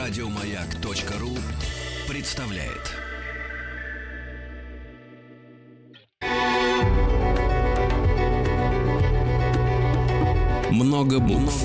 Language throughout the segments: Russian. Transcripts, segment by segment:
Радиомаяк.ру представляет. Много букв.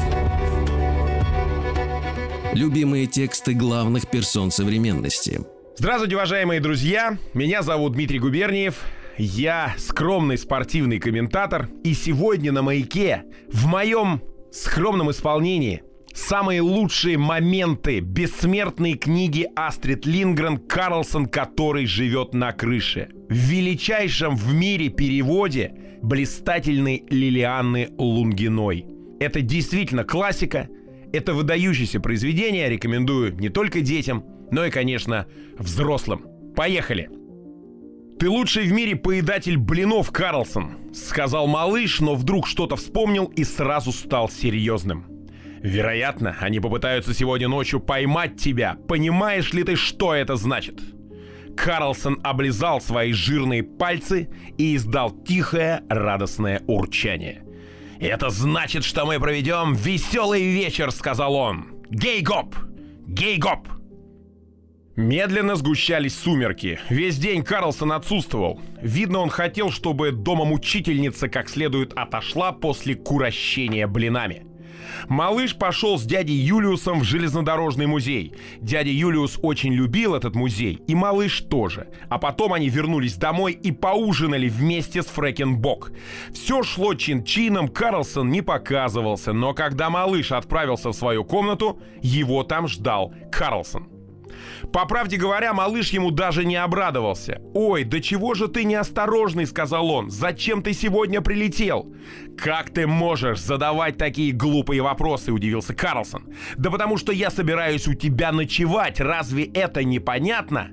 Любимые тексты главных персон современности. Здравствуйте, уважаемые друзья! Меня зовут Дмитрий Губерниев. Я скромный спортивный комментатор. И сегодня на «Маяке» в моем скромном исполнении самые лучшие моменты бессмертной книги Астрид Линдгрен «Карлсон, который живет на крыше». В величайшем в мире переводе блистательной Лилианы Лунгиной. Это действительно классика. Это выдающееся произведение. Рекомендую не только детям, но и, конечно, взрослым. Поехали! «Ты лучший в мире поедатель блинов, Карлсон», — сказал малыш, но вдруг что-то вспомнил и сразу стал серьезным. «Вероятно, они попытаются сегодня ночью поймать тебя. Понимаешь ли ты, что это значит?» Карлсон облизал свои жирные пальцы и издал тихое, радостное урчание. «Это значит, что мы проведем веселый вечер», — сказал он. «Гей-гоп! Гей-гоп!» Медленно сгущались сумерки. Весь день Карлсон отсутствовал. Видно, он хотел, чтобы дома-мучительница как следует отошла после курощения блинами. Малыш пошел с дядей Юлиусом в железнодорожный музей. Дядя Юлиус очень любил этот музей, и малыш тоже. А потом они вернулись домой и поужинали вместе с Фрэкенбок. Все шло чин-чином, Карлсон не показывался, но когда малыш отправился в свою комнату, его там ждал Карлсон. По правде говоря, малыш ему даже не обрадовался. «Ой, да чего же ты неосторожный», — сказал он. «Зачем ты сегодня прилетел?» «Как ты можешь задавать такие глупые вопросы?» — удивился Карлсон. «Да потому что я собираюсь у тебя ночевать. Разве это непонятно?»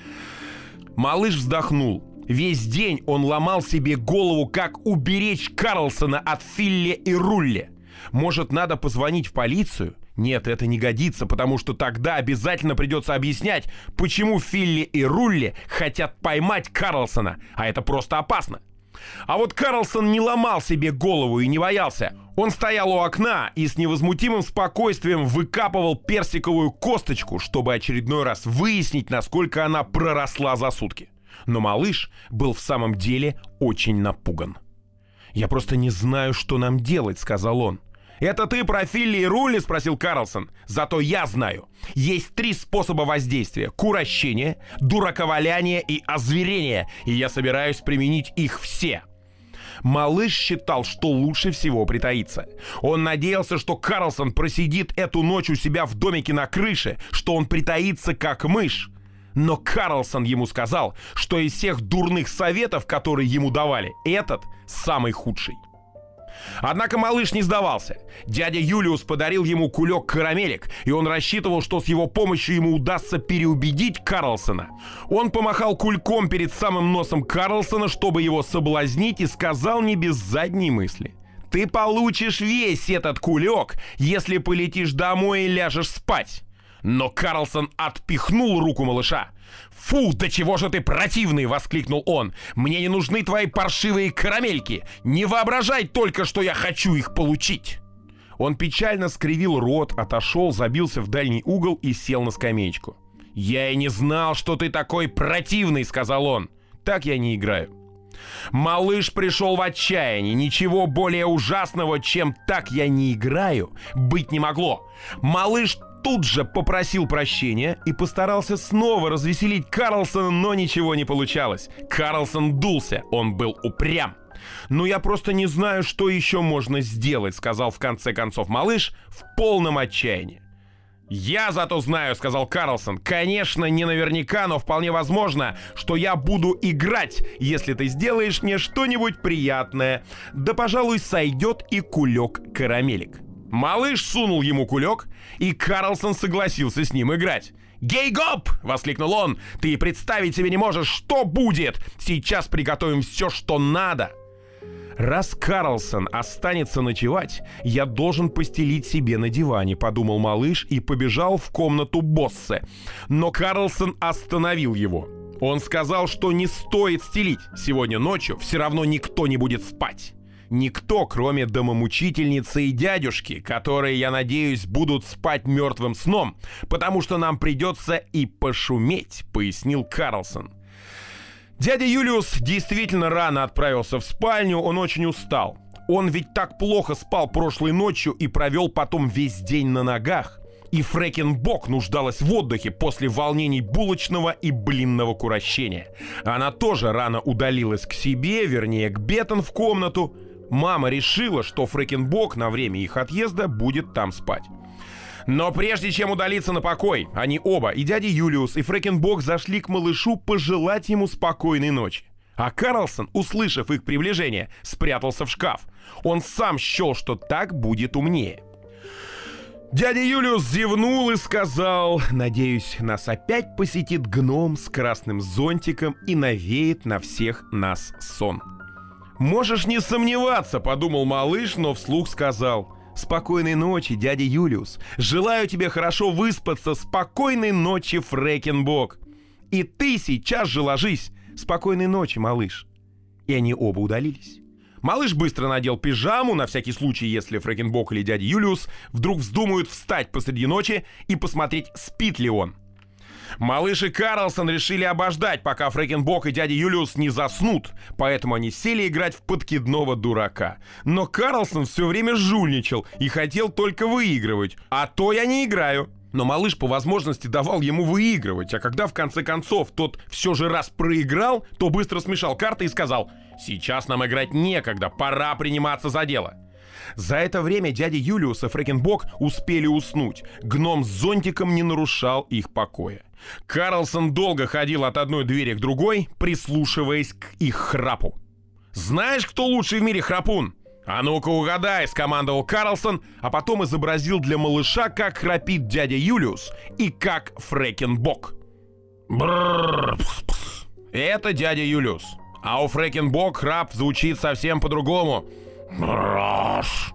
Малыш вздохнул. Весь день он ломал себе голову, как уберечь Карлсона от Филли и Рулли. Может, надо позвонить в полицию? Нет, это не годится, потому что тогда обязательно придется объяснять, почему Филли и Рулли хотят поймать Карлсона, а это просто опасно. А вот Карлсон не ломал себе голову и не боялся. Он стоял у окна и с невозмутимым спокойствием выкапывал персиковую косточку, чтобы очередной раз выяснить, насколько она проросла за сутки. Но малыш был в самом деле очень напуган. «Я просто не знаю, что нам делать», — сказал он. «Это ты про Филли и Рулли?» — спросил Карлсон. «Зато я знаю. Есть 3 способа воздействия: курощение, дураковаляние и озверение, и я собираюсь применить их все». Малыш считал, что лучше всего притаиться. Он надеялся, что Карлсон просидит эту ночь у себя в домике на крыше, что он притаится как мышь. Но Карлсон ему сказал, что из всех дурных советов, которые ему давали, этот самый худший. Однако малыш не сдавался. Дядя Юлиус подарил ему кулек карамелек, и он рассчитывал, что с его помощью ему удастся переубедить Карлсона. Он помахал кульком перед самым носом Карлсона, чтобы его соблазнить, и сказал не без задней мысли: «Ты получишь весь этот кулек, если полетишь домой и ляжешь спать». Но Карлсон отпихнул руку малыша. «Фу, да чего же ты противный!» — воскликнул он. «Мне не нужны твои паршивые карамельки! Не воображай только, что я хочу их получить!» Он печально скривил рот, отошел, забился в дальний угол и сел на скамеечку. «Я и не знал, что ты такой противный!» — сказал он. «Так я не играю». Малыш пришел в отчаяние. Ничего более ужасного, чем «так я не играю», быть не могло. Малыш тут же попросил прощения и постарался снова развеселить Карлсона, но ничего не получалось. Карлсон дулся, он был упрям. «Ну я просто не знаю, что еще можно сделать», — сказал в конце концов малыш в полном отчаянии. «Я зато знаю», — сказал Карлсон. «Конечно, не наверняка, но вполне возможно, что я буду играть, если ты сделаешь мне что-нибудь приятное. Да, пожалуй, сойдет и кулек карамелек». Малыш сунул ему кулек, и Карлсон согласился с ним играть. «Гей-гоп!» — воскликнул он. «Ты представить себе не можешь, что будет! Сейчас приготовим все, что надо!» «Раз Карлсон останется ночевать, я должен постелить себе на диване», — подумал малыш и побежал в комнату босса. Но Карлсон остановил его. Он сказал, что не стоит стелить. Сегодня ночью все равно никто не будет спать. Никто, кроме домомучительницы и дядюшки, которые, я надеюсь, будут спать мертвым сном, потому что нам придется и пошуметь, пояснил Карлсон. Дядя Юлиус действительно рано отправился в спальню, он очень устал. Он ведь так плохо спал прошлой ночью и провел потом весь день на ногах. И Фрэкенбок нуждалась в отдыхе после волнений булочного и блинного курощения. Она тоже рано удалилась к себе, вернее, к Беттон в комнату. Мама решила, что Фрэкенбок на время их отъезда будет там спать. Но прежде чем удалиться на покой, они оба, и дядя Юлиус, и Фрэкенбок, зашли к малышу пожелать ему спокойной ночи. А Карлсон, услышав их приближение, спрятался в шкаф. Он сам счел, что так будет умнее. Дядя Юлиус зевнул и сказал: «Надеюсь, нас опять посетит гном с красным зонтиком и навеет на всех нас сон». «Можешь не сомневаться», — подумал малыш, но вслух сказал: «Спокойной ночи, дядя Юлиус. Желаю тебе хорошо выспаться. Спокойной ночи, Фрэкенбок. И ты сейчас же ложись. Спокойной ночи, малыш». И они оба удалились. Малыш быстро надел пижаму, на всякий случай, если Фрэкенбок или дядя Юлиус вдруг вздумают встать посреди ночи и посмотреть, спит ли он. Малыш и Карлсон решили обождать, пока Фрэкенбок и дядя Юлиус не заснут, поэтому они сели играть в подкидного дурака. Но Карлсон все время жульничал и хотел только выигрывать. «А то я не играю». Но малыш по возможности давал ему выигрывать, а когда в конце концов тот все же раз проиграл, то быстро смешал карты и сказал: «Сейчас нам играть некогда, пора приниматься за дело». За это время дядя Юлиус и Фрэкенбок успели уснуть. Гном с зонтиком не нарушал их покоя. Карлсон долго ходил от одной двери к другой, прислушиваясь к их храпу. «Знаешь, кто лучший в мире храпун?» «А ну-ка угадай», — скомандовал Карлсон, а потом изобразил для малыша, как храпит дядя Юлиус и как Фрэкенбок. Брррр, пс-пс. Это дядя Юлиус. А у Фрэкенбок храп звучит совсем по-другому. Браш,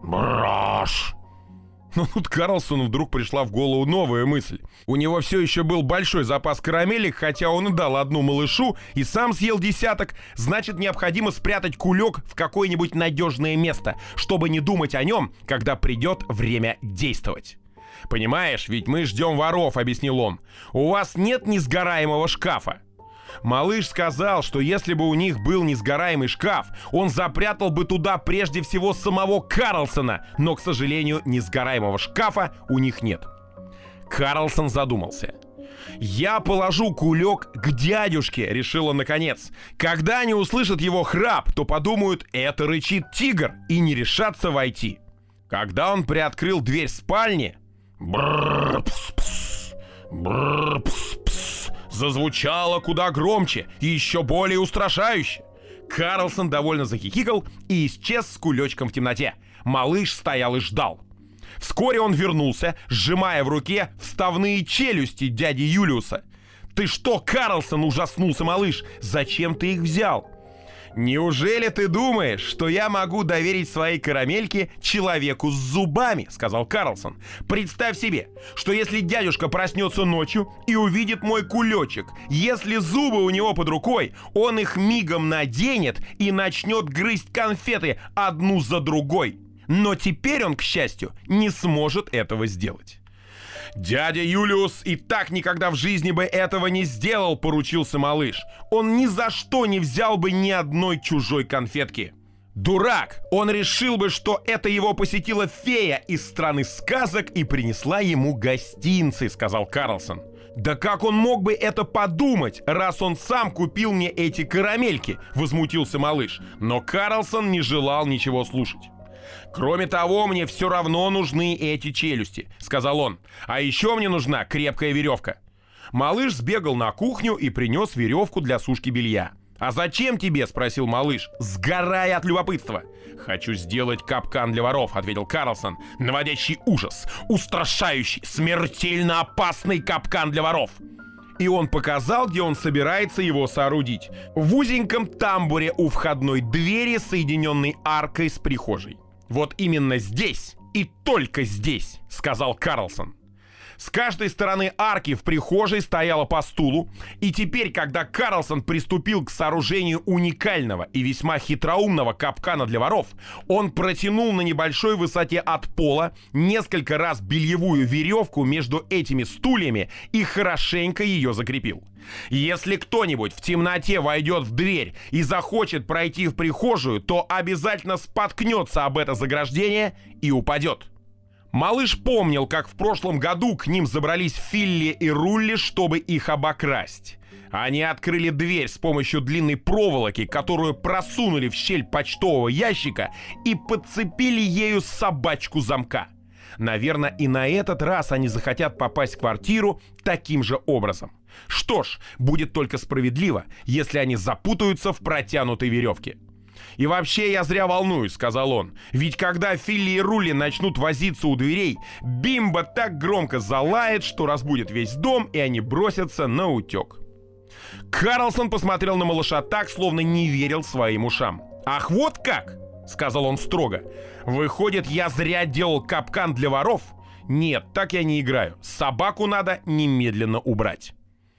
браш. Но тут Карлсону вдруг пришла в голову новая мысль. У него все еще был большой запас карамелек, хотя он и дал одну малышу и сам съел десяток. Значит, необходимо спрятать кулек в какое-нибудь надежное место, чтобы не думать о нем, когда придет время действовать. «Понимаешь, ведь мы ждем воров», — объяснил он. «У вас нет несгораемого шкафа». Малыш сказал, что если бы у них был несгораемый шкаф, он запрятал бы туда прежде всего самого Карлсона, но, к сожалению, несгораемого шкафа у них нет. Карлсон задумался. «Я положу кулек к дядюшке», — решил он наконец. «Когда они услышат его храп, то подумают, это рычит тигр, и не решатся войти». Когда он приоткрыл дверь спальни, брррр-пс-пс, брррр-пс-пс, зазвучало куда громче и еще более устрашающе. Карлсон довольно захихикал и исчез с кулечком в темноте. Малыш стоял и ждал. Вскоре он вернулся, сжимая в руке вставные челюсти дяди Юлиуса. «Ты что, Карлсон?» — ужаснулся малыш. «Зачем ты их взял?» «Неужели ты думаешь, что я могу доверить свои карамельки человеку с зубами?» — сказал Карлсон. «Представь себе, что если дядюшка проснется ночью и увидит мой кулечек, если зубы у него под рукой, он их мигом наденет и начнет грызть конфеты одну за другой. Но теперь он, к счастью, не сможет этого сделать». «Дядя Юлиус и так никогда в жизни бы этого не сделал», — поручился малыш. «Он ни за что не взял бы ни одной чужой конфетки». «Дурак! Он решил бы, что это его посетила фея из страны сказок и принесла ему гостинцы», — сказал Карлсон. «Да как он мог бы это подумать, раз он сам купил мне эти карамельки?» — возмутился малыш. Но Карлсон не желал ничего слушать. «Кроме того, мне все равно нужны эти челюсти», — сказал он. «А еще мне нужна крепкая веревка». Малыш сбегал на кухню и принес веревку для сушки белья. «А зачем тебе?» — спросил малыш, сгорая от любопытства. «Хочу сделать капкан для воров», — ответил Карлсон. «Наводящий ужас, устрашающий, смертельно опасный капкан для воров». И он показал, где он собирается его соорудить. В узеньком тамбуре у входной двери, соединенной аркой с прихожей. «Вот именно здесь и только здесь», — сказал Карлсон. С каждой стороны арки в прихожей стояла по стулу, и теперь, когда Карлсон приступил к сооружению уникального и весьма хитроумного капкана для воров, он протянул на небольшой высоте от пола несколько раз бельевую веревку между этими стульями и хорошенько ее закрепил. Если кто-нибудь в темноте войдет в дверь и захочет пройти в прихожую, то обязательно споткнется об это заграждение и упадет. Малыш помнил, как в прошлом году к ним забрались Филли и Рулли, чтобы их обокрасть. Они открыли дверь с помощью длинной проволоки, которую просунули в щель почтового ящика и подцепили ею собачку замка. Наверное, и на этот раз они захотят попасть в квартиру таким же образом. Что ж, будет только справедливо, если они запутаются в протянутой веревке. «И вообще я зря волнуюсь», — сказал он. «Ведь когда Филли и Рулли начнут возиться у дверей, Бимбо так громко залает, что разбудит весь дом, и они бросятся на утек». Карлсон посмотрел на малыша так, словно не верил своим ушам. «Ах, вот как!» — сказал он строго. «Выходит, я зря делал капкан для воров? Нет, так я не играю. Собаку надо немедленно убрать».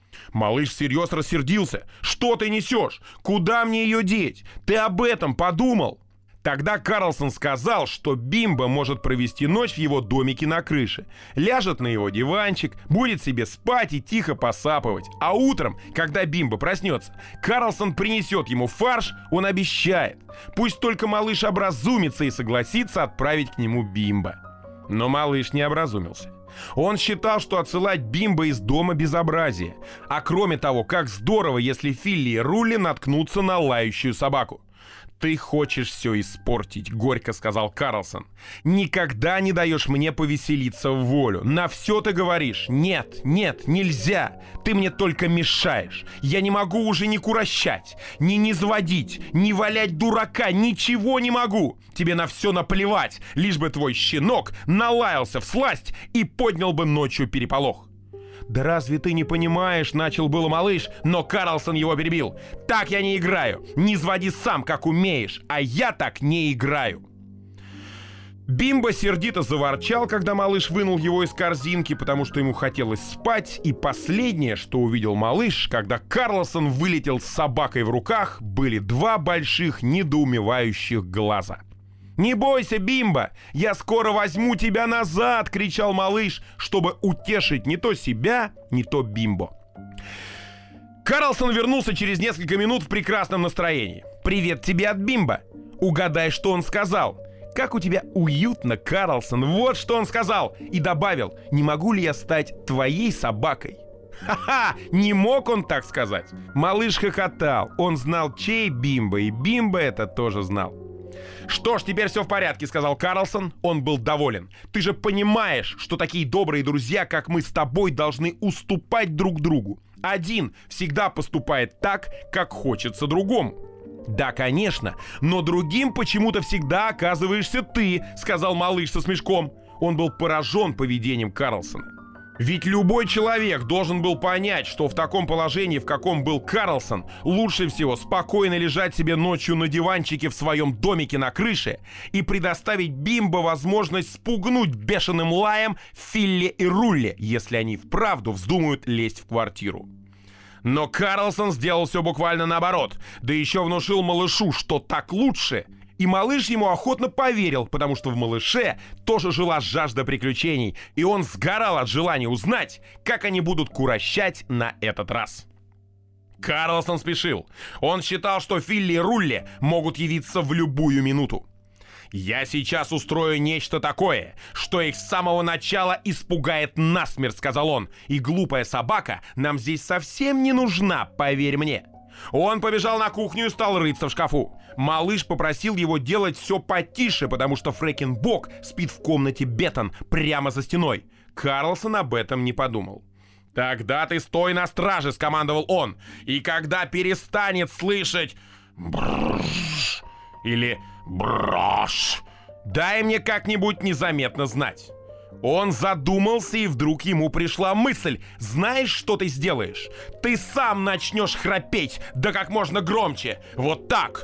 Малыш всерьез рассердился. «Что ты несешь? Куда мне ее деть? Ты об этом подумал?» Тогда Карлсон сказал, что Бимбо может провести ночь в его домике на крыше. Ляжет на его диванчик, будет себе спать и тихо посапывать. А утром, когда Бимбо проснется, Карлсон принесет ему фарш, он обещает. Пусть только малыш образумится и согласится отправить к нему Бимбо. Но малыш не образумился. Он считал, что отсылать Бимбо из дома безобразие. А кроме того, как здорово, если Филли и Рулли наткнутся на лающую собаку. «Ты хочешь все испортить», — горько сказал Карлсон. «Никогда не даешь мне повеселиться в волю. На все ты говоришь: нет, нет, нельзя. Ты мне только мешаешь. Я не могу уже ни курощать, ни низводить, ни валять дурака. Ничего не могу. Тебе на все наплевать, лишь бы твой щенок налаялся всласть и поднял бы ночью переполох». «Да разве ты не понимаешь?» — начал было малыш, но Карлсон его перебил. «Так я не играю. Низводи сам, как умеешь, а я так не играю». Бимбо сердито заворчал, когда малыш вынул его из корзинки, потому что ему хотелось спать, и последнее, что увидел малыш, когда Карлсон вылетел с собакой в руках, были два больших недоумевающих глаза. «Не бойся, Бимбо, я скоро возьму тебя назад!» — кричал малыш, чтобы утешить не то себя, не то Бимбо. Карлсон вернулся через несколько минут в прекрасном настроении. «Привет тебе от Бимбо!» Угадай, что он сказал. «Как у тебя уютно, Карлсон!» Вот что он сказал. И добавил: «Не могу ли я стать твоей собакой?» Ха-ха! Не мог он так сказать. Малыш хохотал. Он знал, чей Бимбо, и Бимбо это тоже знал. «Что ж, теперь все в порядке», — сказал Карлсон. Он был доволен. «Ты же понимаешь, что такие добрые друзья, как мы с тобой, должны уступать друг другу. Один всегда поступает так, как хочется другому». «Да, конечно, но другим почему-то всегда оказываешься ты», — сказал малыш со смешком. Он был поражен поведением Карлсона. Ведь любой человек должен был понять, что в таком положении, в каком был Карлсон, лучше всего спокойно лежать себе ночью на диванчике в своем домике на крыше и предоставить Бимбо возможность спугнуть бешеным лаем Филли и Рулли, если они вправду вздумают лезть в квартиру. Но Карлсон сделал все буквально наоборот, да еще внушил малышу, что так лучше. И малыш ему охотно поверил, потому что в малыше тоже жила жажда приключений, и он сгорал от желания узнать, как они будут курощать на этот раз. Карлсон спешил. Он считал, что Филли и Рулли могут явиться в любую минуту. «Я сейчас устрою нечто такое, что их с самого начала испугает насмерть», — сказал он. «И глупая собака нам здесь совсем не нужна, поверь мне». Он побежал на кухню и стал рыться в шкафу. Малыш попросил его делать все потише, потому что Фрэкенбок спит в комнате Беттон прямо за стеной. Карлсон об этом не подумал. «Тогда ты стой на страже», — скомандовал он. «И когда перестанет слышать брррш или брош, дай мне как-нибудь незаметно знать». Он задумался, и вдруг ему пришла мысль. «Знаешь, что ты сделаешь? Ты сам начнешь храпеть, да как можно громче. Вот так.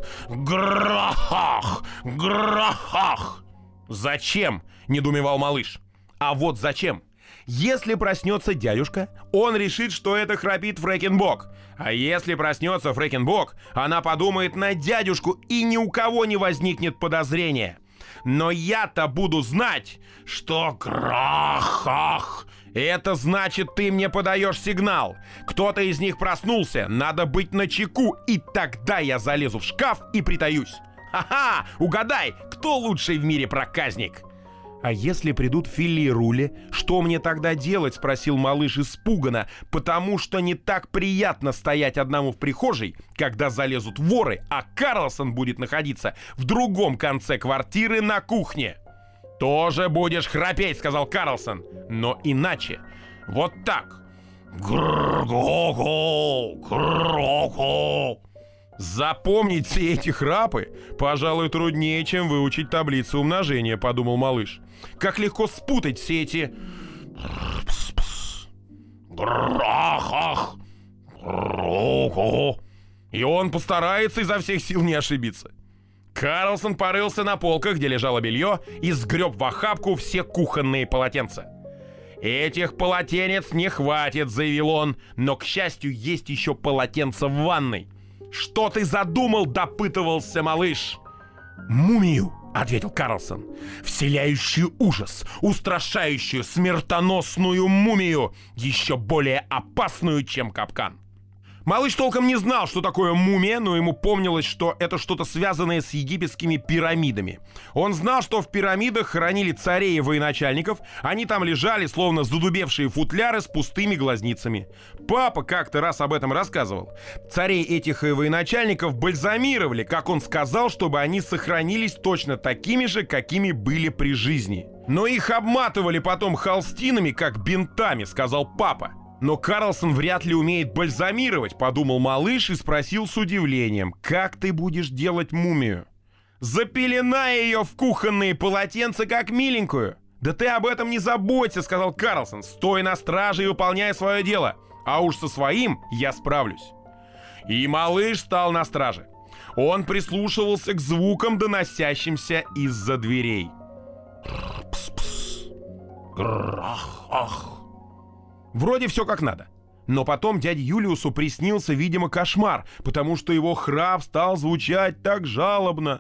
Грохах! Грохах!» «Зачем?» — недоумевал малыш. «А вот зачем. Если проснется дядюшка, он решит, что это храпит Фрэкенбок. А если проснется Фрэкенбок, она подумает на дядюшку, и ни у кого не возникнет подозрения. Но я-то буду знать, что крах-ах. Это значит, ты мне подаешь сигнал. Кто-то из них проснулся, надо быть начеку, и тогда я залезу в шкаф и притаюсь. Ха-ха, угадай, кто лучший в мире проказник? «А если придут Филли и Рули, что мне тогда делать?» — спросил малыш испуганно, потому что не так приятно стоять одному в прихожей, когда залезут воры, а Карлсон будет находиться в другом конце квартиры на кухне. «Тоже будешь храпеть», — сказал Карлсон, — «но иначе. Вот так. Гр-го-го, гр-го-го». «Запомнить все эти храпы, пожалуй, труднее, чем выучить таблицу умножения», — подумал малыш. «Как легко спутать все эти... грах-ах, грох-ох». И он постарается изо всех сил не ошибиться». Карлсон порылся на полках, где лежало белье, и сгреб в охапку все кухонные полотенца. «Этих полотенец не хватит», — заявил он, «но, к счастью, есть еще полотенца в ванной». «Что ты задумал?» — допытывался малыш. «Мумию», — ответил Карлсон. «Вселяющую ужас, устрашающую, смертоносную мумию, еще более опасную, чем капкан». Малыш толком не знал, что такое мумия, но ему помнилось, что это что-то связанное с египетскими пирамидами. Он знал, что в пирамидах хоронили царей и военачальников, они там лежали, словно задубевшие футляры с пустыми глазницами. Папа как-то раз об этом рассказывал. Царей этих и военачальников бальзамировали, как он сказал, чтобы они сохранились точно такими же, какими были при жизни. Но их обматывали потом холстинами, как бинтами, сказал папа. «Но Карлсон вряд ли умеет бальзамировать», — подумал малыш и спросил с удивлением: «Как ты будешь делать мумию?» «Запеленай ее в кухонные полотенца, как миленькую». «Да ты об этом не заботься», — сказал Карлсон. «Стой на страже и выполняй свое дело, а уж со своим я справлюсь». И малыш стал на страже. Он прислушивался к звукам, доносящимся из-за дверей. «Пс-пс, грах-ах». Вроде все как надо. Но потом дяде Юлиусу приснился, видимо, кошмар, потому что его храп стал звучать так жалобно.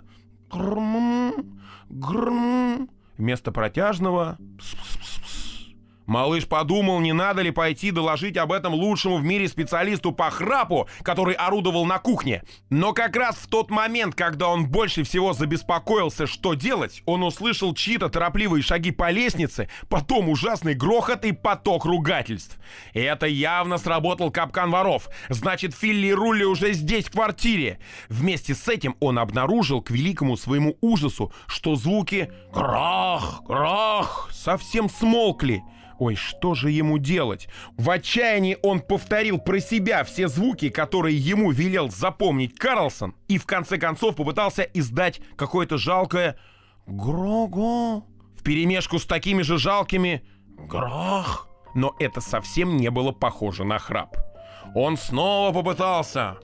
Грм, грм, вместо протяжного пс-пс-пс-пс. Малыш подумал, не надо ли пойти доложить об этом лучшему в мире специалисту по храпу, который орудовал на кухне. Но как раз в тот момент, когда он больше всего забеспокоился, что делать, он услышал чьи-то торопливые шаги по лестнице, потом ужасный грохот и поток ругательств. И это явно сработал капкан воров. Значит, Филли и Рули уже здесь, в квартире. Вместе с этим он обнаружил, к великому своему ужасу, что звуки «грах, грах» совсем смолкли. Ой, что же ему делать? В отчаянии он повторил про себя все звуки, которые ему велел запомнить Карлсон, и в конце концов попытался издать какое-то жалкое «гро-го» вперемешку с такими же жалкими «грах». Но это совсем не было похоже на храп. Он снова попытался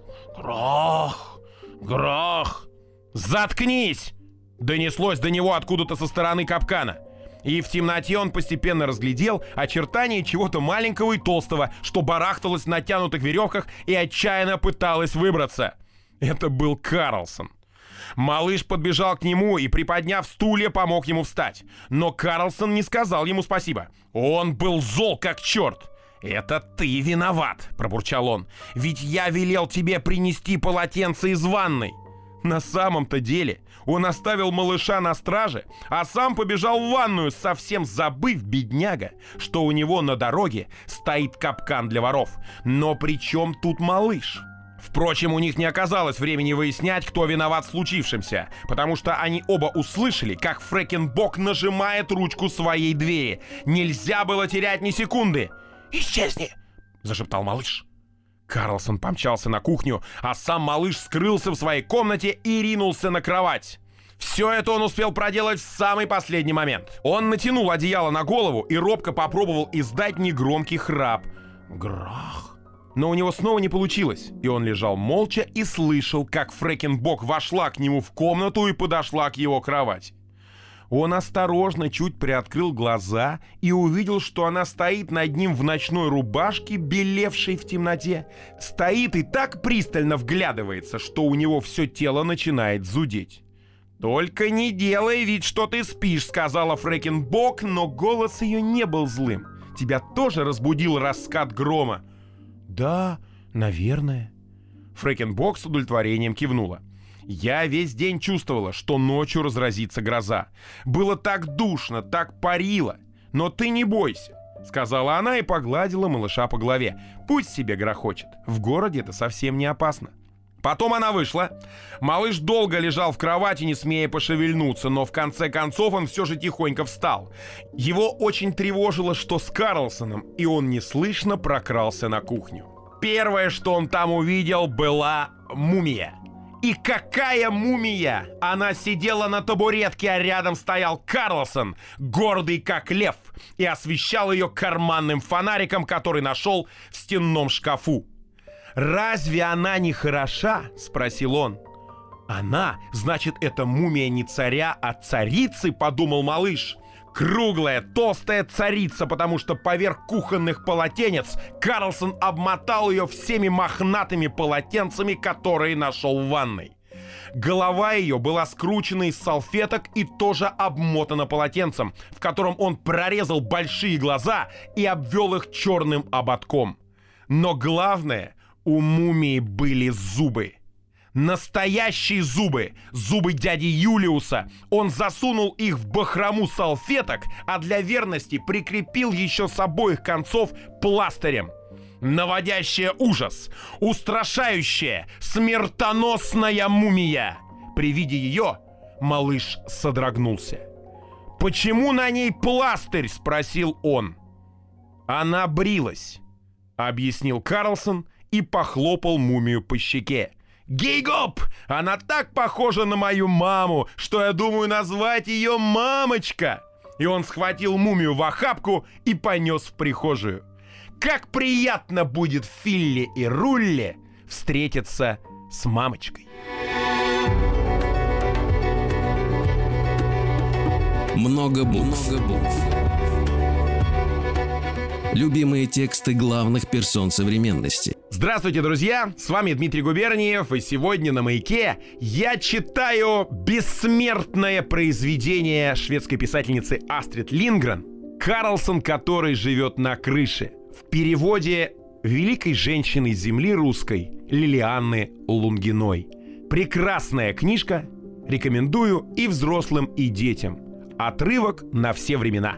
«грах, грах». «Заткнись!» донеслось до него откуда-то со стороны капкана. И в темноте он постепенно разглядел очертания чего-то маленького и толстого, что барахталось в натянутых веревках и отчаянно пыталось выбраться. Это был Карлсон. Малыш подбежал к нему и, приподняв стулья, помог ему встать. Но Карлсон не сказал ему спасибо. Он был зол как черт. «Это ты виноват», — пробурчал он. «Ведь я велел тебе принести полотенце из ванной». На самом-то деле он оставил малыша на страже, а сам побежал в ванную, совсем забыв, бедняга, что у него на дороге стоит капкан для воров. Но при чем тут малыш? Впрочем, у них не оказалось времени выяснять, кто виноват в случившемся, потому что они оба услышали, как Фрэкенбок нажимает ручку своей двери. Нельзя было терять ни секунды. «Исчезни!» — зашептал малыш. Карлсон помчался на кухню, а сам малыш скрылся в своей комнате и ринулся на кровать. Все это он успел проделать в самый последний момент. Он натянул одеяло на голову и робко попробовал издать негромкий храп. Грах. Но у него снова не получилось, и он лежал молча и слышал, как Фрэкенбок вошла к нему в комнату и подошла к его кровати. Он осторожно чуть приоткрыл глаза и увидел, что она стоит над ним в ночной рубашке, белевшей в темноте. Стоит и так пристально вглядывается, что у него все тело начинает зудеть. «Только не делай вид, что ты спишь», — сказала Фрэкенбок, но голос ее не был злым. «Тебя тоже разбудил раскат грома?» «Да, наверное». Фрэкенбок с удовлетворением кивнула. «Я весь день чувствовала, что ночью разразится гроза. Было так душно, так парило. Но ты не бойся», — сказала она и погладила малыша по голове. «Пусть себе грохочет. В городе это совсем не опасно». Потом она вышла. Малыш долго лежал в кровати, не смея пошевельнуться, но в конце концов он все же тихонько встал. Его очень тревожило, что с Карлсоном, и он неслышно прокрался на кухню. Первое, что он там увидел, была мумия. И какая мумия! Она сидела на табуретке, а рядом стоял Карлсон, гордый как лев, и освещал ее карманным фонариком, который нашел в стенном шкафу. «Разве она не хороша?» — спросил он. «Она? Значит, это мумия не царя, а царицы?» — подумал малыш. Круглая, толстая царица, потому что поверх кухонных полотенец Карлсон обмотал ее всеми мохнатыми полотенцами, которые нашел в ванной. Голова ее была скручена из салфеток и тоже обмотана полотенцем, в котором он прорезал большие глаза и обвел их черным ободком. Но главное, у мумии были зубы. Настоящие зубы, зубы дяди Юлиуса. Он засунул их в бахрому салфеток, а для верности прикрепил еще с обоих концов пластырем. Наводящая ужас, устрашающая, смертоносная мумия. При виде ее малыш содрогнулся. «Почему на ней пластырь?» — спросил он. «Она брилась», — объяснил Карлсон и похлопал мумию по щеке. «Гей-гоп! Она так похожа на мою маму, что я думаю назвать ее мамочка!» И он схватил мумию в охапку и понес в прихожую. Как приятно будет Филле и Рулле встретиться с мамочкой. Много букв. Любимые тексты главных персон современности. Здравствуйте, друзья! С вами Дмитрий Губерниев, и сегодня на «Маяке» я читаю бессмертное произведение шведской писательницы Астрид Линдгрен «Карлсон, который живет на крыше», в переводе великой женщины земли русской Лилианны Лунгиной. Прекрасная книжка, рекомендую и взрослым, и детям. Отрывок на все времена.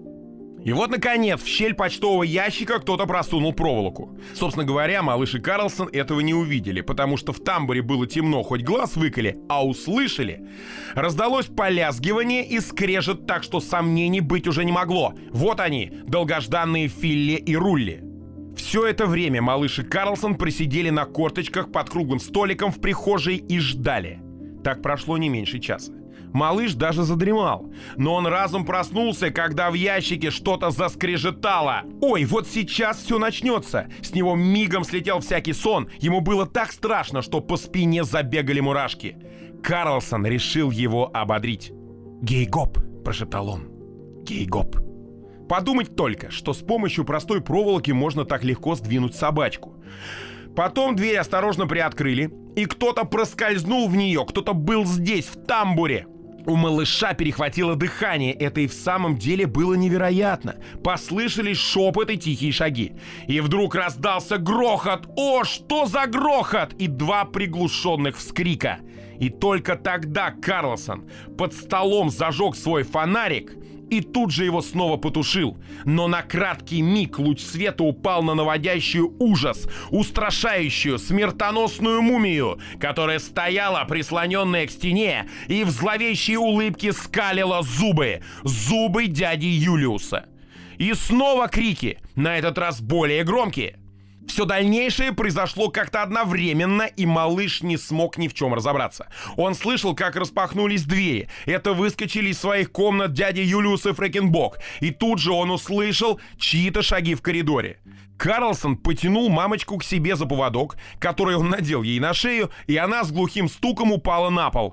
И вот, наконец, в щель почтового ящика кто-то просунул проволоку. Собственно говоря, малыш и Карлсон этого не увидели, потому что в тамбуре было темно, хоть глаз выколи, а услышали. Раздалось полязгивание и скрежет так, что сомнений быть уже не могло. Вот они, долгожданные Филле и Рулли. Все это время малыш и Карлсон присидели на корточках под круглым столиком в прихожей и ждали. Так прошло не меньше часа. Малыш даже задремал, но он разом проснулся, когда в ящике что-то заскрежетало. Ой, вот сейчас все начнется. С него мигом слетел всякий сон. Ему было так страшно, что по спине забегали мурашки. Карлсон решил его ободрить. «Гей-гоп», — прошептал он. «Гей-гоп». Подумать только, что с помощью простой проволоки можно так легко сдвинуть собачку. Потом дверь осторожно приоткрыли, и кто-то проскользнул в нее, кто-то был здесь, в тамбуре. У малыша перехватило дыхание, это и в самом деле было невероятно. Послышались шепот и тихие шаги. И вдруг раздался грохот. О, что за грохот! И два приглушенных вскрика. И только тогда Карлсон под столом зажег свой фонарик и тут же его снова потушил. Но на краткий миг луч света упал на наводящую ужас, устрашающую, смертоносную мумию, которая стояла, прислоненная к стене, и в зловещей улыбке скалила зубы. Зубы дяди Юлиуса. И снова крики, на этот раз более громкие. Все дальнейшее произошло как-то одновременно, и малыш не смог ни в чем разобраться. Он слышал, как распахнулись двери. Это выскочили из своих комнат дядя Юлиус и Фрэкенбок. И тут же он услышал чьи-то шаги в коридоре. Карлсон потянул мамочку к себе за поводок, который он надел ей на шею, и она с глухим стуком упала на пол.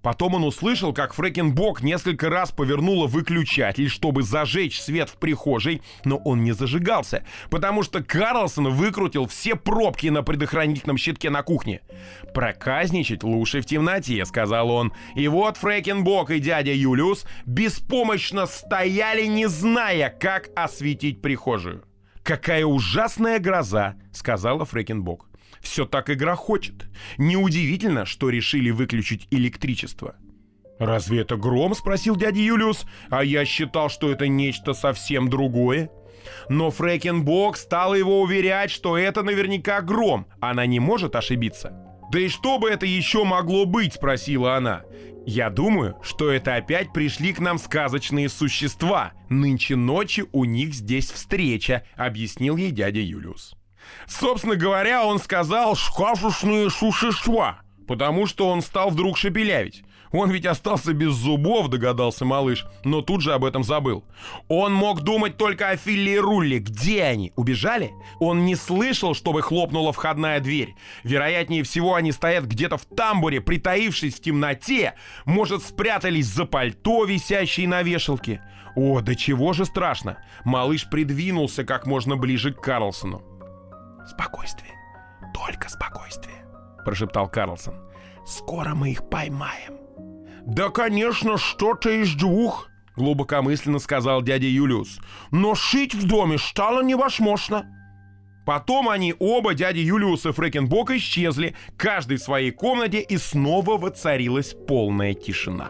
Потом он услышал, как Фрэкенбок несколько раз повернула выключатель, чтобы зажечь свет в прихожей, но он не зажигался, потому что Карлсон выкрутил все пробки на предохранительном щитке на кухне. «Проказничать лучше в темноте», — сказал он. И вот Фрэкенбок и дядя Юлиус беспомощно стояли, не зная, как осветить прихожую. «Какая ужасная гроза», — сказала Фрэкенбок. «Все так и грохочет. Неудивительно, что решили выключить электричество». «Разве это гром?» — спросил дядя Юлиус. «А я считал, что это нечто совсем другое». Но Фрэкенбок стала его уверять, что это наверняка гром. Она не может ошибиться. «Да и что бы это еще могло быть?» — спросила она. «Я думаю, что это опять пришли к нам сказочные существа. Нынче ночью у них здесь встреча», — объяснил ей дядя Юлиус. Собственно говоря, он сказал «сказочные существа», потому что он стал вдруг шепелявить. Он ведь остался без зубов, догадался малыш, но тут же об этом забыл. Он мог думать только о Филле и Рулле. Где они? Убежали? Он не слышал, чтобы хлопнула входная дверь. Вероятнее всего, они стоят где-то в тамбуре, притаившись в темноте. Может, спрятались за пальто, висящее на вешалке. О, да чего же страшно. Малыш придвинулся как можно ближе к Карлсону. «Спокойствие, только спокойствие», — прошептал Карлсон. «Скоро мы их поймаем». «Да, конечно, что-то из двух», — глубокомысленно сказал дядя Юлиус. «Но шить в доме стало невозможно». Потом они оба, дядя Юлиус и Фрэкенбок, исчезли, каждый в своей комнате, и снова воцарилась полная тишина.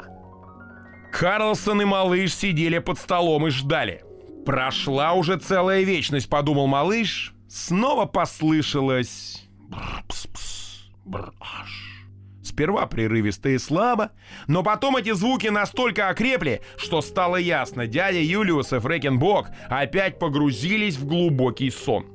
Карлсон и малыш сидели под столом и ждали. «Прошла уже целая вечность», — подумал малыш. Снова послышалось «бр-пс-пс, бр-аш». Сперва прерывисто и слабо, но потом эти звуки настолько окрепли, что стало ясно, дядя Юлиус и Фрэкенбок опять погрузились в глубокий сон.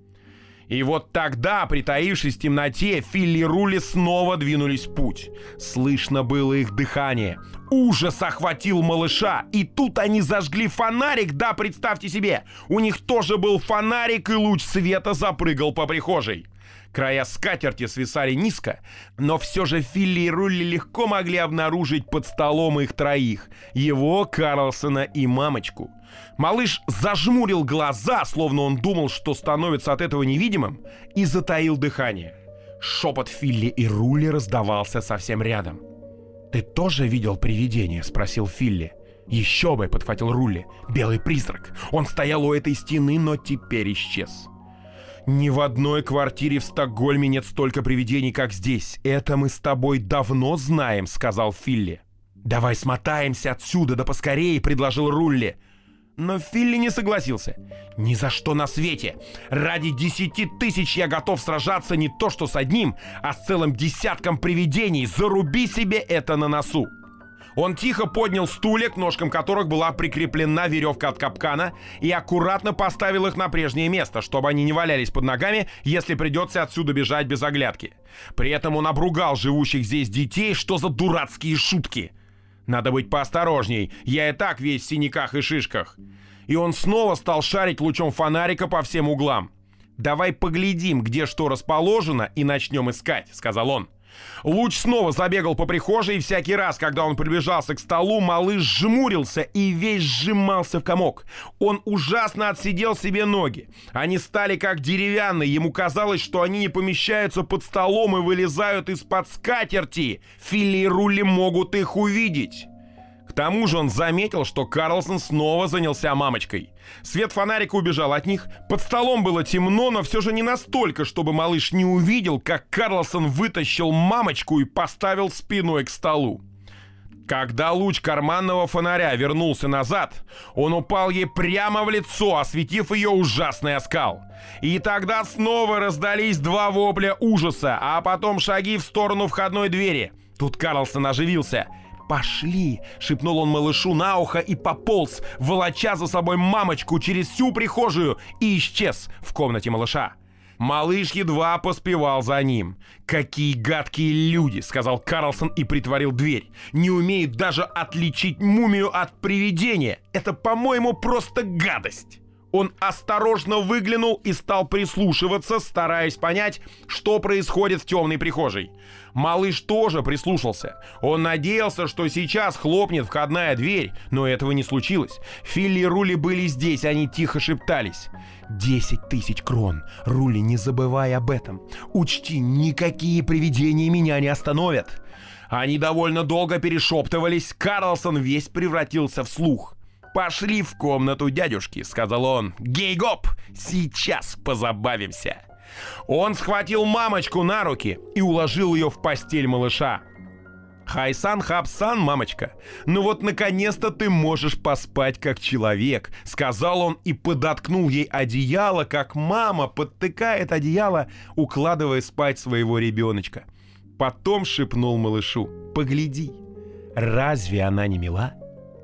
И вот тогда, притаившись в темноте, Филли и Рулли снова двинулись в путь. Слышно было их дыхание. Ужас охватил малыша, и тут они зажгли фонарик, да, представьте себе, у них тоже был фонарик, и луч света запрыгал по прихожей. Края скатерти свисали низко, но все же Филли и Рулли легко могли обнаружить под столом их троих, его, Карлсона и мамочку. Малыш зажмурил глаза, словно он думал, что становится от этого невидимым, и затаил дыхание. Шепот Филли и Рулли раздавался совсем рядом. «Ты тоже видел привидение?» — спросил Филли. «Еще бы!» — подхватил Рулли. «Белый призрак! Он стоял у этой стены, но теперь исчез». «Ни в одной квартире в Стокгольме нет столько привидений, как здесь. Это мы с тобой давно знаем», — сказал Филли. «Давай смотаемся отсюда, да поскорее», — предложил Рулли. Но Филли не согласился. «Ни за что на свете! Ради 10 000 я готов сражаться не то что с одним, а с целым десятком привидений! Заруби себе это на носу!» Он тихо поднял стулья, к ножкам которых была прикреплена веревка от капкана, и аккуратно поставил их на прежнее место, чтобы они не валялись под ногами, если придется отсюда бежать без оглядки. При этом он обругал живущих здесь детей, что за дурацкие шутки. «Надо быть поосторожней, я и так весь в синяках и шишках». И он снова стал шарить лучом фонарика по всем углам. «Давай поглядим, где что расположено, и начнем искать», — сказал он. Луч снова забегал по прихожей, и всякий раз, когда он приближался к столу, малыш жмурился и весь сжимался в комок. Он ужасно отсидел себе ноги. Они стали как деревянные, ему казалось, что они не помещаются под столом и вылезают из-под скатерти. Филли и Рулли могут их увидеть. К тому же он заметил, что Карлсон снова занялся мамочкой. Свет фонарика убежал от них. Под столом было темно, но все же не настолько, чтобы малыш не увидел, как Карлсон вытащил мамочку и поставил спиной к столу. Когда луч карманного фонаря вернулся назад, он упал ей прямо в лицо, осветив ее ужасный оскал. И тогда снова раздались два вопля ужаса, а потом шаги в сторону входной двери. Тут Карлсон оживился. «Пошли!» — шепнул он малышу на ухо и пополз, волоча за собой мамочку через всю прихожую, и исчез в комнате малыша. Малыш едва поспевал за ним. «Какие гадкие люди!» — сказал Карлсон и притворил дверь. «Не умеют даже отличить мумию от привидения! Это, по-моему, просто гадость!» Он осторожно выглянул и стал прислушиваться, стараясь понять, что происходит в темной прихожей. Малыш тоже прислушался. Он надеялся, что сейчас хлопнет входная дверь, но этого не случилось. Филли и Рулли были здесь, они тихо шептались. 10 тысяч крон. Рулли, не забывай об этом. Учти, никакие привидения меня не остановят. Они довольно долго перешептывались. Карлсон весь превратился в слух. «Пошли в комнату дядюшки», — сказал он. «Гей-гоп, сейчас позабавимся». Он схватил мамочку на руки и уложил ее в постель малыша. «Хайсан Хапсан, мамочка, ну вот наконец-то ты можешь поспать как человек», — сказал он и подоткнул ей одеяло, как мама подтыкает одеяло, укладывая спать своего ребеночка. Потом шепнул малышу: «Погляди, разве она не мила?»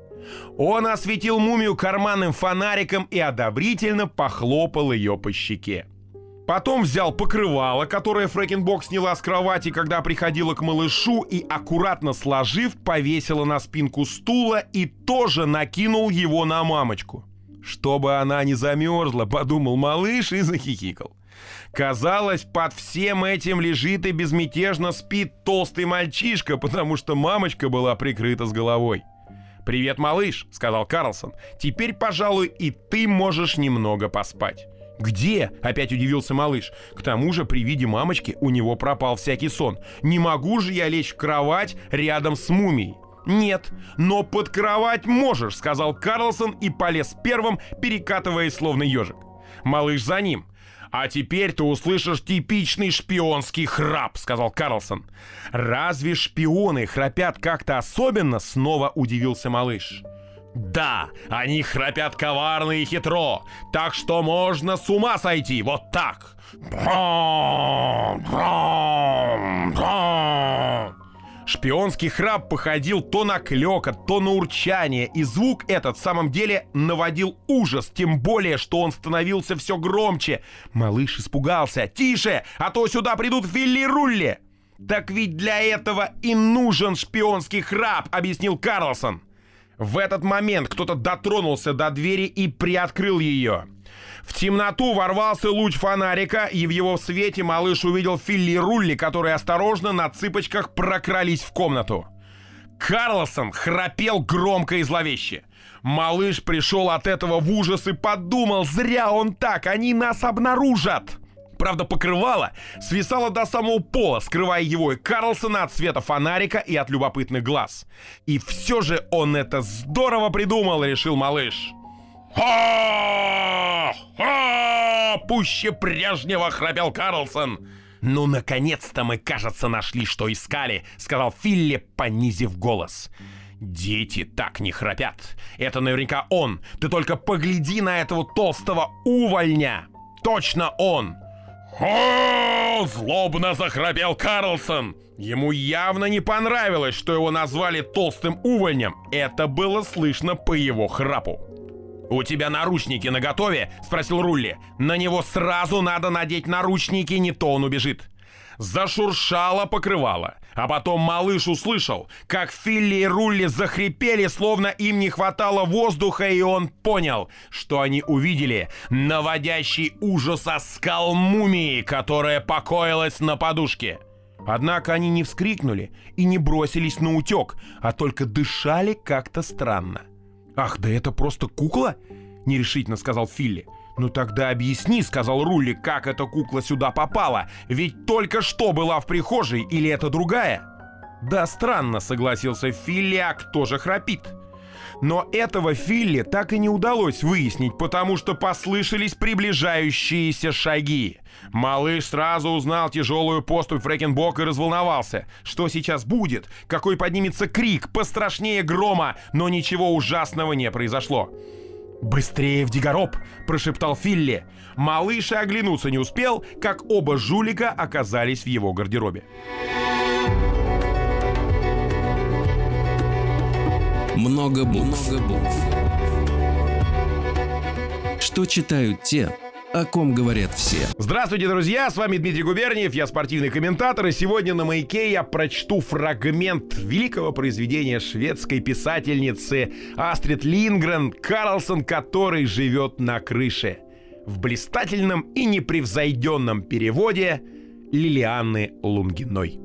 Он осветил мумию карманным фонариком и одобрительно похлопал ее по щеке. Потом взял покрывало, которое Фрэкенбок сняла с кровати, когда приходила к малышу, и, аккуратно сложив, повесила на спинку стула и тоже накинул его на мамочку. «Чтобы она не замерзла», — подумал малыш и захихикал. Казалось, под всем этим лежит и безмятежно спит толстый мальчишка, потому что мамочка была прикрыта с головой. «Привет, малыш», — сказал Карлсон. «Теперь, пожалуй, и ты можешь немного поспать». «Где?» — опять удивился малыш. К тому же при виде мамочки у него пропал всякий сон. «Не могу же я лечь в кровать рядом с мумией». «Нет, но под кровать можешь», — сказал Карлсон и полез первым, перекатываясь словно ежик. Малыш за ним. «А теперь ты услышишь типичный шпионский храп», — сказал Карлсон. «Разве шпионы храпят как-то особенно?» — снова удивился малыш. «Да, они храпят коварно и хитро, так что можно с ума сойти, вот так». Шпионский храп походил то на клёкот, то на урчание, и звук этот в самом деле наводил ужас, тем более, что он становился все громче. Малыш испугался. «Тише, а то сюда придут Филли и Рулли!» «Так ведь для этого и нужен шпионский храп», — объяснил Карлсон. В этот момент кто-то дотронулся до двери и приоткрыл ее. В темноту ворвался луч фонарика, и в его свете малыш увидел Филли и Рулли, которые осторожно на цыпочках прокрались в комнату. Карлсон храпел громко и зловеще. Малыш пришел от этого в ужас и подумал: зря он так, они нас обнаружат. Правда, покрывало свисало до самого пола, скрывая его и Карлсона от света фонарика и от любопытных глаз. И все же он это здорово придумал, решил малыш. «Ха-ха! Пуще прежнего!» — храпел Карлсон. «Ну, наконец-то мы, кажется, нашли, что искали», — сказал Филли, понизив голос. «Дети так не храпят. Это наверняка он. Ты только погляди на этого толстого увольня. Точно он!» «О!» — злобно захрапел Карлсон. Ему явно не понравилось, что его назвали толстым увольнем. Это было слышно по его храпу. «У тебя наручники наготове?» — спросил Рулли. «На него сразу надо надеть наручники, не то он убежит». Зашуршало покрывало, а потом малыш услышал, как Филли и Рулли захрипели, словно им не хватало воздуха, и он понял, что они увидели наводящий ужас оскал мумии, которая покоилась на подушке. Однако они не вскрикнули и не бросились на утек, а только дышали как-то странно. «Ах, да это просто кукла?» — нерешительно сказал Филли. «Ну тогда объясни», — сказал Рулли, — «как эта кукла сюда попала? Ведь только что была в прихожей, или это другая?» «Да странно», — согласился Филли, — «а кто же храпит?» Но этого Филли так и не удалось выяснить, потому что послышались приближающиеся шаги. Малыш сразу узнал тяжелую поступь Фрэкенбока и разволновался. Что сейчас будет? Какой поднимется крик, пострашнее грома, но ничего ужасного не произошло. «Быстрее в дигороб!» — прошептал Филли. Малыш и оглянуться не успел, как оба жулика оказались в его гардеробе. Много букв. Что читают те, о ком говорят все. Здравствуйте, друзья, с вами Дмитрий Губерниев, я спортивный комментатор, и сегодня на «Маяке» я прочту фрагмент великого произведения шведской писательницы Астрид Линдгрен «Карлсон, который живет на крыше», в блистательном и непревзойденном переводе Лилианы Лунгиной.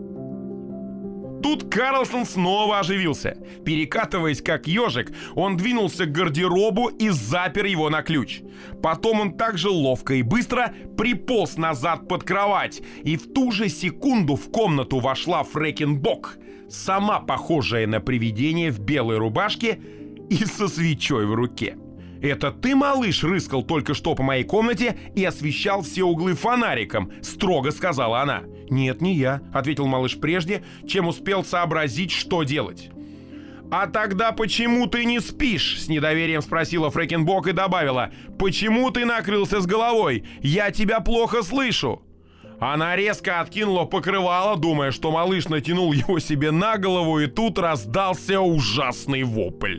Тут Карлсон снова оживился. Перекатываясь как ежик, он двинулся к гардеробу и запер его на ключ. Потом он также ловко и быстро приполз назад под кровать. И в ту же секунду в комнату вошла Фрекен Бок, сама похожая на привидение в белой рубашке и со свечой в руке. «Это ты, малыш, рыскал только что по моей комнате и освещал все углы фонариком?» — строго сказала она. «Нет, не я», — ответил малыш прежде, чем успел сообразить, что делать. «А тогда почему ты не спишь?» — с недоверием спросила Фрекен Бок и добавила. «Почему ты накрылся с головой? Я тебя плохо слышу». Она резко откинула покрывало, думая, что малыш натянул его себе на голову, и тут раздался ужасный вопль.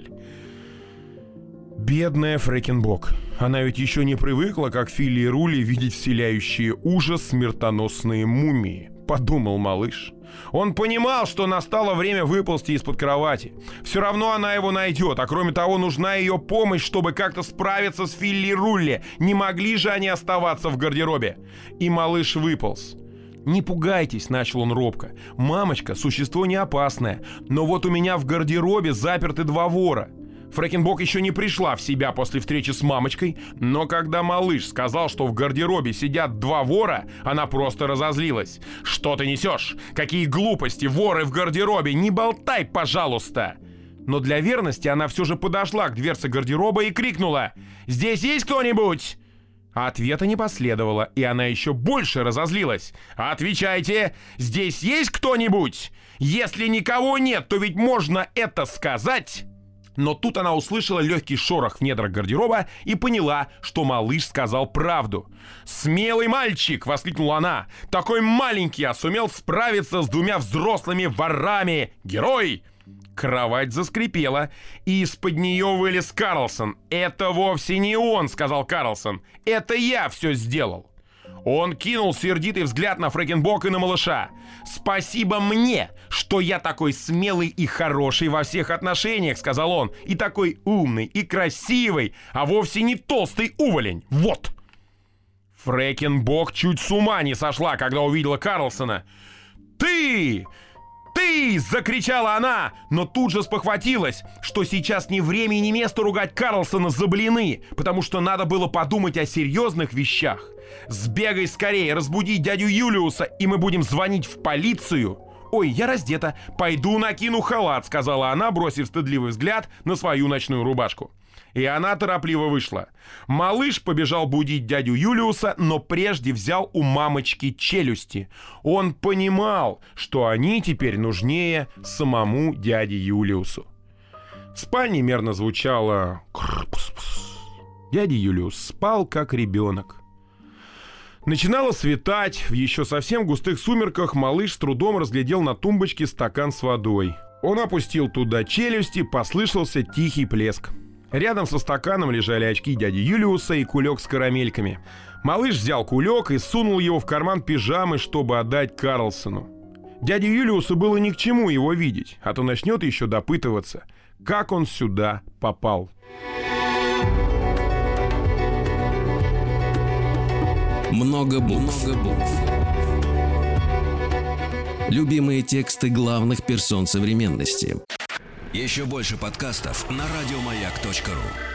Бедная Фрекен Бок. Она ведь еще не привыкла, как Филли и Рули, видеть вселяющие ужас смертоносные мумии, подумал малыш. Он понимал, что настало время выползти из-под кровати. Все равно она его найдет, а кроме того, нужна ее помощь, чтобы как-то справиться с Филли и Рули. Не могли же они оставаться в гардеробе. И малыш выполз. «Не пугайтесь», — начал он робко. «Мамочка — существо не опасное, но вот у меня в гардеробе заперты два вора». Фрекен Бок еще не пришла в себя после встречи с мамочкой, но когда малыш сказал, что в гардеробе сидят два вора, она просто разозлилась. «Что ты несешь? Какие глупости! Воры в гардеробе! Не болтай, пожалуйста!» Но для верности она все же подошла к дверце гардероба и крикнула: «Здесь есть кто-нибудь?» А ответа не последовало, и она еще больше разозлилась. «Отвечайте! Здесь есть кто-нибудь? Если никого нет, то ведь можно это сказать!» Но тут она услышала легкий шорох в недрах гардероба и поняла, что малыш сказал правду. «Смелый мальчик!» — воскликнула она. «Такой маленький, а сумел справиться с двумя взрослыми ворами! Герой!» Кровать заскрипела, и из-под нее вылез Карлсон. «Это вовсе не он!» — сказал Карлсон. «Это я все сделал!» Он кинул сердитый взгляд на Фрекен Бок и на малыша. «Спасибо мне, что я такой смелый и хороший во всех отношениях», — сказал он. «И такой умный, и красивый, а вовсе не толстый уволень. Вот!» Фрекен Бок чуть с ума не сошла, когда увидела Карлсона. «Ты! Ты!» — закричала она, но тут же спохватилась, что сейчас ни время и ни место ругать Карлсона за блины, потому что надо было подумать о серьезных вещах. «Сбегай скорее, разбуди дядю Юлиуса, и мы будем звонить в полицию». «Ой, я раздета, пойду накину халат», — сказала она, бросив стыдливый взгляд на свою ночную рубашку. И она торопливо вышла. Малыш побежал будить дядю Юлиуса, но прежде взял у мамочки челюсти. Он понимал, что они теперь нужнее самому дяде Юлиусу. В спальне мерно звучало «крпс-пс». Дядя Юлиус спал, как ребенок. Начинало светать. В еще совсем густых сумерках малыш с трудом разглядел на тумбочке стакан с водой. Он опустил туда челюсти, послышался тихий плеск. Рядом со стаканом лежали очки дяди Юлиуса и кулек с карамельками. Малыш взял кулек и сунул его в карман пижамы, чтобы отдать Карлсону. Дяде Юлиусу было ни к чему его видеть, а то начнет еще допытываться, как он сюда попал. Много букв. Любимые тексты главных персон современности. Еще больше подкастов на радиомаяк.ру.